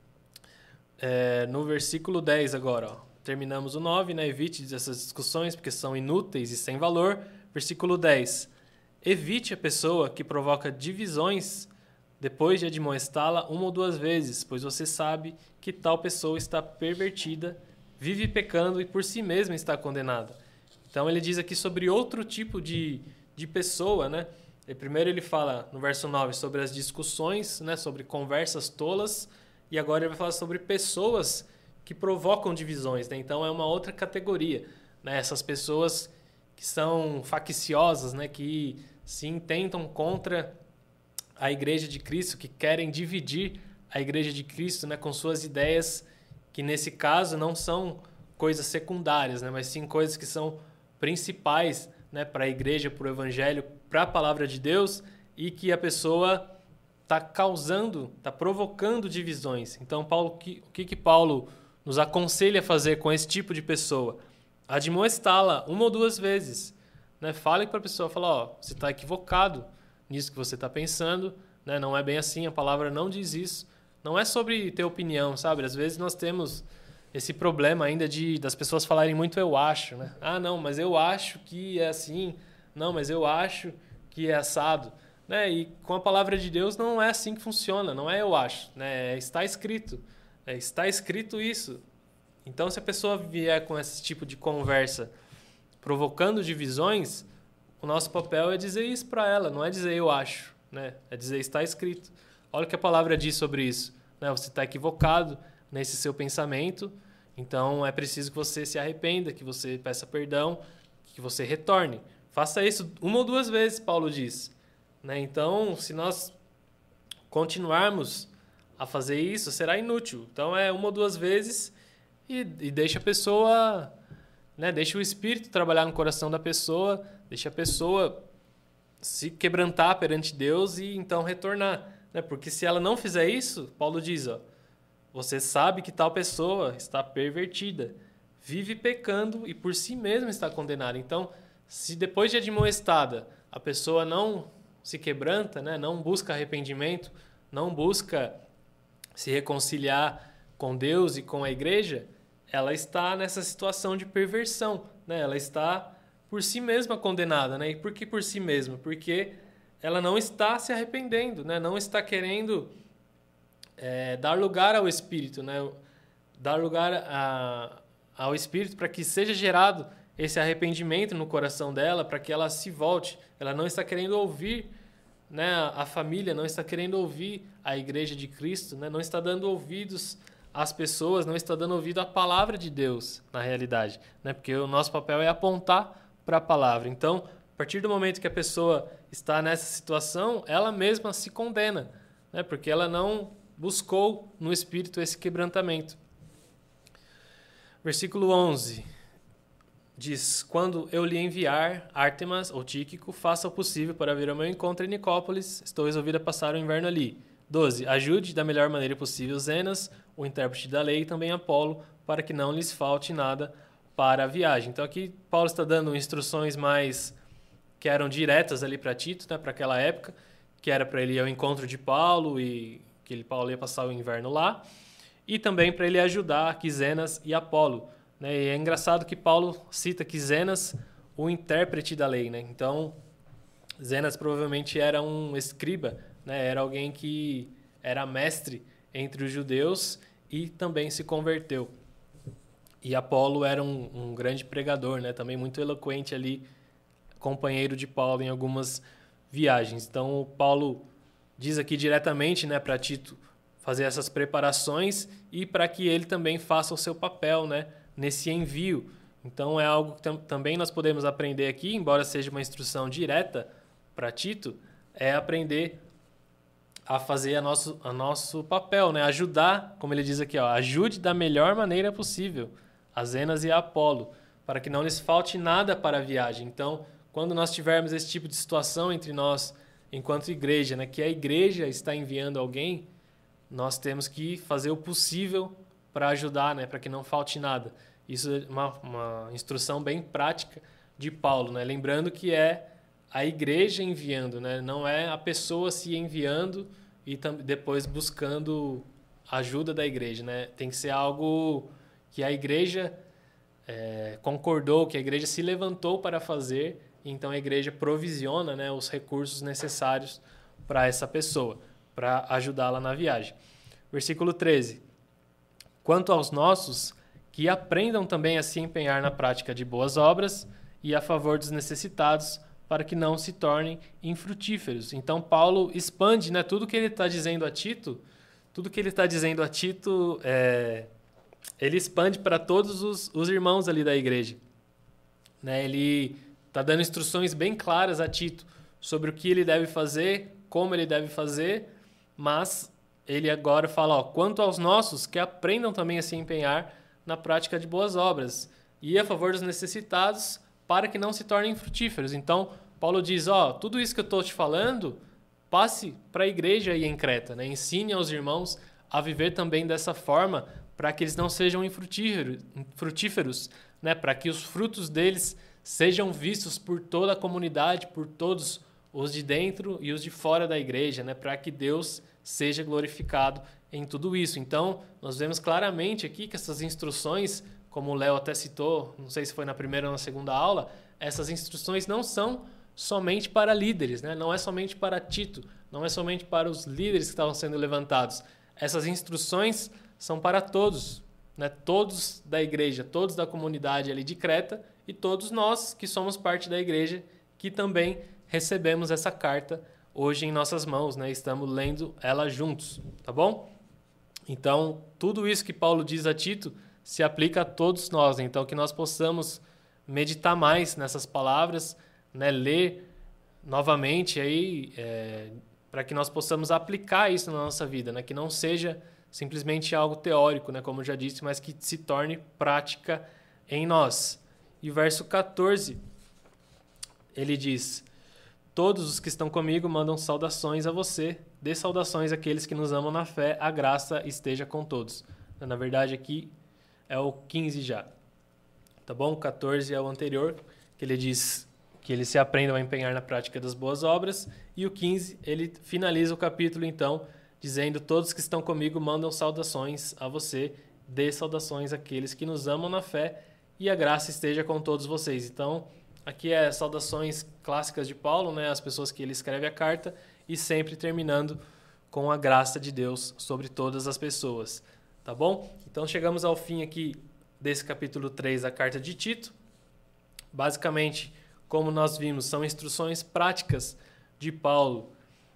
No versículo 10 agora, ó, terminamos o 9, né? Evite essas discussões porque são inúteis e sem valor. Versículo 10. Evite a pessoa que provoca divisões depois de admoestá-la uma ou duas vezes, pois você sabe que tal pessoa está pervertida, vive pecando e por si mesma está condenada. Então ele diz aqui sobre outro tipo de pessoa, né? Primeiro ele fala no verso 9 sobre as discussões, né? Sobre conversas tolas, e agora ele vai falar sobre pessoas que provocam divisões, né? Então é uma outra categoria, né? Essas pessoas que são facciosas, né? Que se intentam contra a Igreja de Cristo, que querem dividir a Igreja de Cristo, né? Com suas ideias, que nesse caso não são coisas secundárias, né? Mas sim coisas que são principais, né? Para a Igreja, para o Evangelho, para a Palavra de Deus, e que a pessoa está causando, está provocando divisões. Então, o que Paulo nos aconselha a fazer com esse tipo de pessoa? Admoestá-la uma ou duas vezes, né? Fale para a pessoa, fala, ó, você está equivocado nisso que você está pensando, né? Não é bem assim, a palavra não diz isso. Não é sobre ter opinião, sabe? Às vezes nós temos esse problema ainda das pessoas falarem muito eu acho, né? Ah, não, mas eu acho que é assim. Não, mas eu acho que é assado, né? E com a palavra de Deus não é assim que funciona, não é eu acho, né? Está escrito. Está escrito isso. Então, se a pessoa vier com esse tipo de conversa provocando divisões, o nosso papel é dizer isso para ela, não é dizer eu acho, né? É dizer está escrito. Olha o que a palavra diz sobre isso, né? Você está equivocado nesse seu pensamento, então é preciso que você se arrependa, que você peça perdão, que você retorne. Faça isso uma ou duas vezes, Paulo diz, né? Então, se nós continuarmos a fazer isso, será inútil. Então, é uma ou duas vezes e deixa a pessoa, né? Deixa o Espírito trabalhar no coração da pessoa, deixa a pessoa se quebrantar perante Deus e então retornar, né? Porque se ela não fizer isso, Paulo diz, ó, você sabe que tal pessoa está pervertida, vive pecando e por si mesma está condenada. Então, se depois de admoestada a pessoa não se quebranta, né, não busca arrependimento, não busca se reconciliar com Deus e com a igreja, ela está nessa situação de perversão, né? Ela está por si mesma condenada, né? E por que por si mesma? Porque ela não está se arrependendo, né? Não está querendo dar lugar ao Espírito, né? Dar lugar ao Espírito para que seja gerado esse arrependimento no coração dela, para que ela se volte. Ela não está querendo ouvir, né, a família, não está querendo ouvir a igreja de Cristo, né? Não está dando ouvidos às pessoas, não está dando ouvido à palavra de Deus, na realidade, né? Porque o nosso papel é apontar para a palavra. Então, a partir do momento que a pessoa está nessa situação, ela mesma se condena, né? Porque ela não buscou no Espírito esse quebrantamento. Versículo 11 diz: quando eu lhe enviar Ártemas ou Tíquico, faça o possível para vir ao meu encontro em Nicópolis, estou resolvido a passar o inverno ali. 12. Ajude da melhor maneira possível Zenas, o intérprete da lei, e também Apolo, para que não lhes falte nada para a viagem. Então aqui Paulo está dando instruções mais que eram diretas ali para Tito, né, para aquela época, que era para ele ir ao encontro de Paulo e que Paulo ia passar o inverno lá, e também para ele ajudar aqui Zenas e Apolo, né? E é engraçado que Paulo cita aqui Zenas, o intérprete da lei, né? Então, Zenas provavelmente era um escriba, né? Era alguém que era mestre entre os judeus e também se converteu. E Apolo era um grande pregador, né? Também muito eloquente ali, companheiro de Paulo em algumas viagens. Então, Paulo diz aqui diretamente, né, para Tito fazer essas preparações e para que ele também faça o seu papel, né, nesse envio. Então é algo que também nós podemos aprender aqui, embora seja uma instrução direta para Tito, é aprender a fazer a nosso papel, né, ajudar, como ele diz aqui, ó, ajude da melhor maneira possível a Zenas e a Apolo, para que não lhes falte nada para a viagem. Então, quando nós tivermos esse tipo de situação entre nós, enquanto igreja, né, que a igreja está enviando alguém, nós temos que fazer o possível para ajudar, né, para que não falte nada. Isso é uma instrução bem prática de Paulo, né? Lembrando que é a igreja enviando, né? Não é a pessoa se enviando e depois buscando ajuda da igreja, né? Tem que ser algo que a igreja concordou, que a igreja se levantou para fazer, então a igreja provisiona, né, os recursos necessários para essa pessoa, para ajudá-la na viagem. Versículo 13. Quanto aos nossos, que aprendam também a se empenhar na prática de boas obras e a favor dos necessitados, para que não se tornem infrutíferos. Então, Paulo expande, né, tudo que ele está dizendo a Tito, ele expande para todos os irmãos ali da igreja, né? Ele está dando instruções bem claras a Tito sobre o que ele deve fazer, como ele deve fazer, mas ele agora fala, ó, quanto aos nossos, que aprendam também a se empenhar na prática de boas obras e a favor dos necessitados, para que não se tornem frutíferos. Então, Paulo diz, ó, tudo isso que eu estou te falando, passe para a igreja aí em Creta, né? Ensine aos irmãos a viver também dessa forma, para que eles não sejam infrutíferos, né? Para que os frutos deles sejam vistos por toda a comunidade, por todos os de dentro e os de fora da igreja, né? Para que Deus seja glorificado em tudo isso. Então, nós vemos claramente aqui que essas instruções, como o Léo até citou, não sei se foi na primeira ou na segunda aula, essas instruções não são somente para líderes, né? Não é somente para Tito, não é somente para os líderes que estavam sendo levantados. Essas instruções são para todos, né? Todos da igreja, todos da comunidade ali de Creta e todos nós que somos parte da igreja, que também recebemos essa carta hoje em nossas mãos, né? Estamos lendo ela juntos, tá bom? Então, tudo isso que Paulo diz a Tito se aplica a todos nós, né? Então que nós possamos meditar mais nessas palavras, né? Ler novamente aí, para que nós possamos aplicar isso na nossa vida, né? Que não seja simplesmente algo teórico, né? Como eu já disse, mas que se torne prática em nós. E o verso 14, ele diz: todos os que estão comigo mandam saudações a você, dê saudações àqueles que nos amam na fé, a graça esteja com todos. Na verdade, aqui é o 15 já. Tá bom? O 14 é o anterior, que ele diz que eles se aprendam a empenhar na prática das boas obras. E o 15, ele finaliza o capítulo, então, dizendo: todos que estão comigo mandam saudações a você, dê saudações àqueles que nos amam na fé, e a graça esteja com todos vocês. Então, aqui é saudações clássicas de Paulo, né? As pessoas que ele escreve a carta, e sempre terminando com a graça de Deus sobre todas as pessoas. Tá bom? Então chegamos ao fim aqui desse capítulo 3 da carta de Tito. Basicamente, como nós vimos, são instruções práticas de Paulo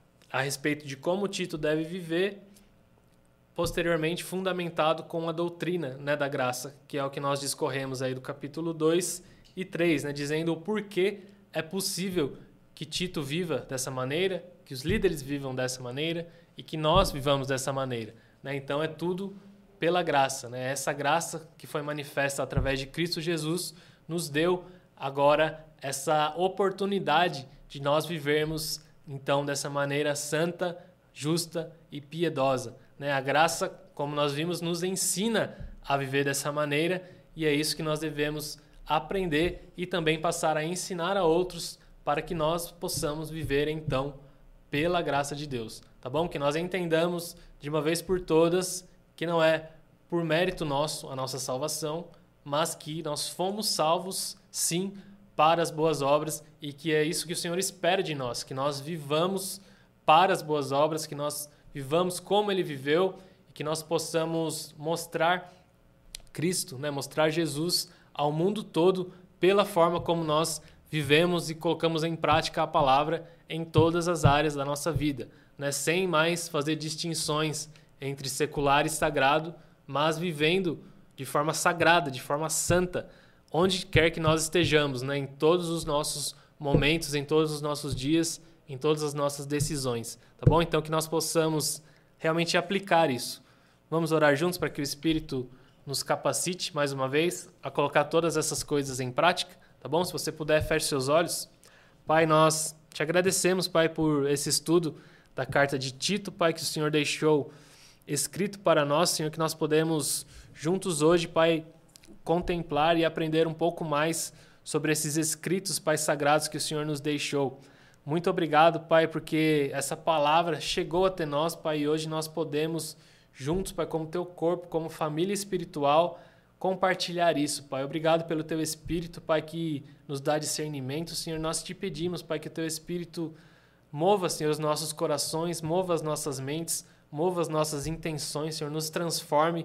a respeito de como Tito deve viver, posteriormente fundamentado com a doutrina, né, da graça, que é o que nós discorremos aí do capítulo 2 e 3, né, dizendo o porquê é possível que Tito viva dessa maneira, que os líderes vivam dessa maneira e que nós vivamos dessa maneira, né? Então é tudo pela graça, né? Essa graça que foi manifesta através de Cristo Jesus nos deu agora essa oportunidade de nós vivermos então dessa maneira santa, justa e piedosa, né? A graça, como nós vimos, nos ensina a viver dessa maneira, e é isso que nós devemos aprender e também passar a ensinar a outros para que nós possamos viver então pela graça de Deus, tá bom? Que nós entendamos de uma vez por todas que não é por mérito nosso a nossa salvação, mas que nós fomos salvos sim para as boas obras, e que é isso que o Senhor espera de nós, que nós vivamos para as boas obras, que nós vivamos como Ele viveu e que nós possamos mostrar Cristo, né? Mostrar Jesus ao mundo todo pela forma como nós vivemos e colocamos em prática a palavra em todas as áreas da nossa vida, né? Sem mais fazer distinções entre secular e sagrado, mas vivendo de forma sagrada, de forma santa, onde quer que nós estejamos, né? Em todos os nossos momentos, em todos os nossos dias, em todas as nossas decisões, tá bom? Então que nós possamos realmente aplicar isso. Vamos orar juntos para que o Espírito nos capacite mais uma vez a colocar todas essas coisas em prática, tá bom? Se você puder, feche seus olhos. Pai, nós te agradecemos, Pai, por esse estudo da carta de Tito, Pai, que o Senhor deixou escrito para nós, Senhor, que nós podemos juntos hoje, Pai, contemplar e aprender um pouco mais sobre esses escritos, Pai, sagrados que o Senhor nos deixou. Muito obrigado, Pai, porque essa palavra chegou até nós, Pai, e hoje nós podemos juntos, Pai, como Teu corpo, como família espiritual, compartilhar isso, Pai. Obrigado pelo Teu Espírito, Pai, que nos dá discernimento. Senhor, nós te pedimos, Pai, que o Teu Espírito mova, Senhor, os nossos corações, mova as nossas mentes, mova as nossas intenções, Senhor, nos transforme,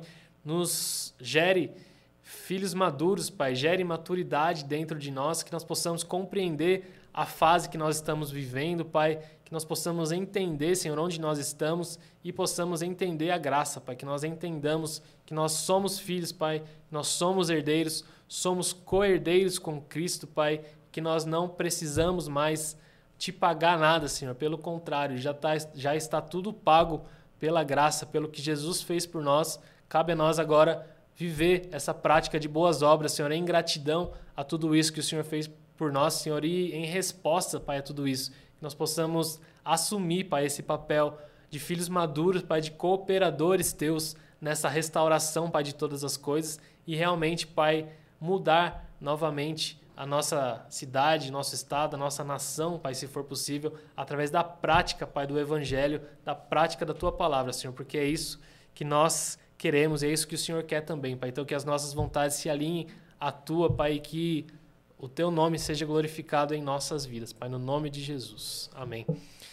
nos gere filhos maduros, Pai, gere maturidade dentro de nós, que nós possamos compreender a fase que nós estamos vivendo, Pai, que nós possamos entender, Senhor, onde nós estamos e possamos entender a graça, Pai, que nós entendamos que nós somos filhos, Pai, nós somos herdeiros, somos co-herdeiros com Cristo, Pai, que nós não precisamos mais te pagar nada, Senhor, pelo contrário, já está tudo pago pela graça, pelo que Jesus fez por nós. Cabe a nós agora viver essa prática de boas obras, Senhor, em gratidão a tudo isso que o Senhor fez por nós, Senhor, e em resposta, Pai, a tudo isso, que nós possamos assumir, Pai, esse papel de filhos maduros, Pai, de cooperadores Teus nessa restauração, Pai, de todas as coisas, e realmente, Pai, mudar novamente a nossa cidade, nosso estado, a nossa nação, Pai, se for possível, através da prática, Pai, do Evangelho, da prática da Tua Palavra, Senhor, porque é isso que nós queremos, é isso que o Senhor quer também, Pai. Então que as nossas vontades se alinhem à Tua, Pai, e que o Teu nome seja glorificado em nossas vidas, Pai, no nome de Jesus. Amém.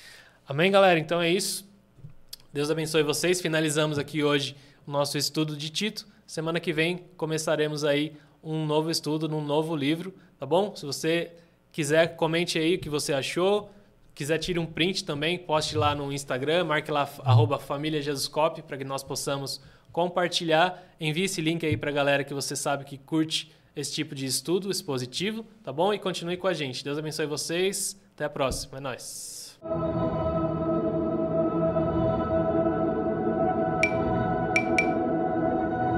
Amém, galera? Então é isso. Deus abençoe vocês. Finalizamos aqui hoje o nosso estudo de Tito. Semana que vem começaremos aí um novo estudo num novo livro, tá bom? Se você quiser, comente aí o que você achou. Quiser, tire um print também, poste lá no Instagram, marque lá @famíliajesuscop para que nós possamos compartilhar. Envie esse link aí para a galera que você sabe que curte esse tipo de estudo expositivo, tá bom? E continue com a gente. Deus abençoe vocês. Até a próxima. É nóis.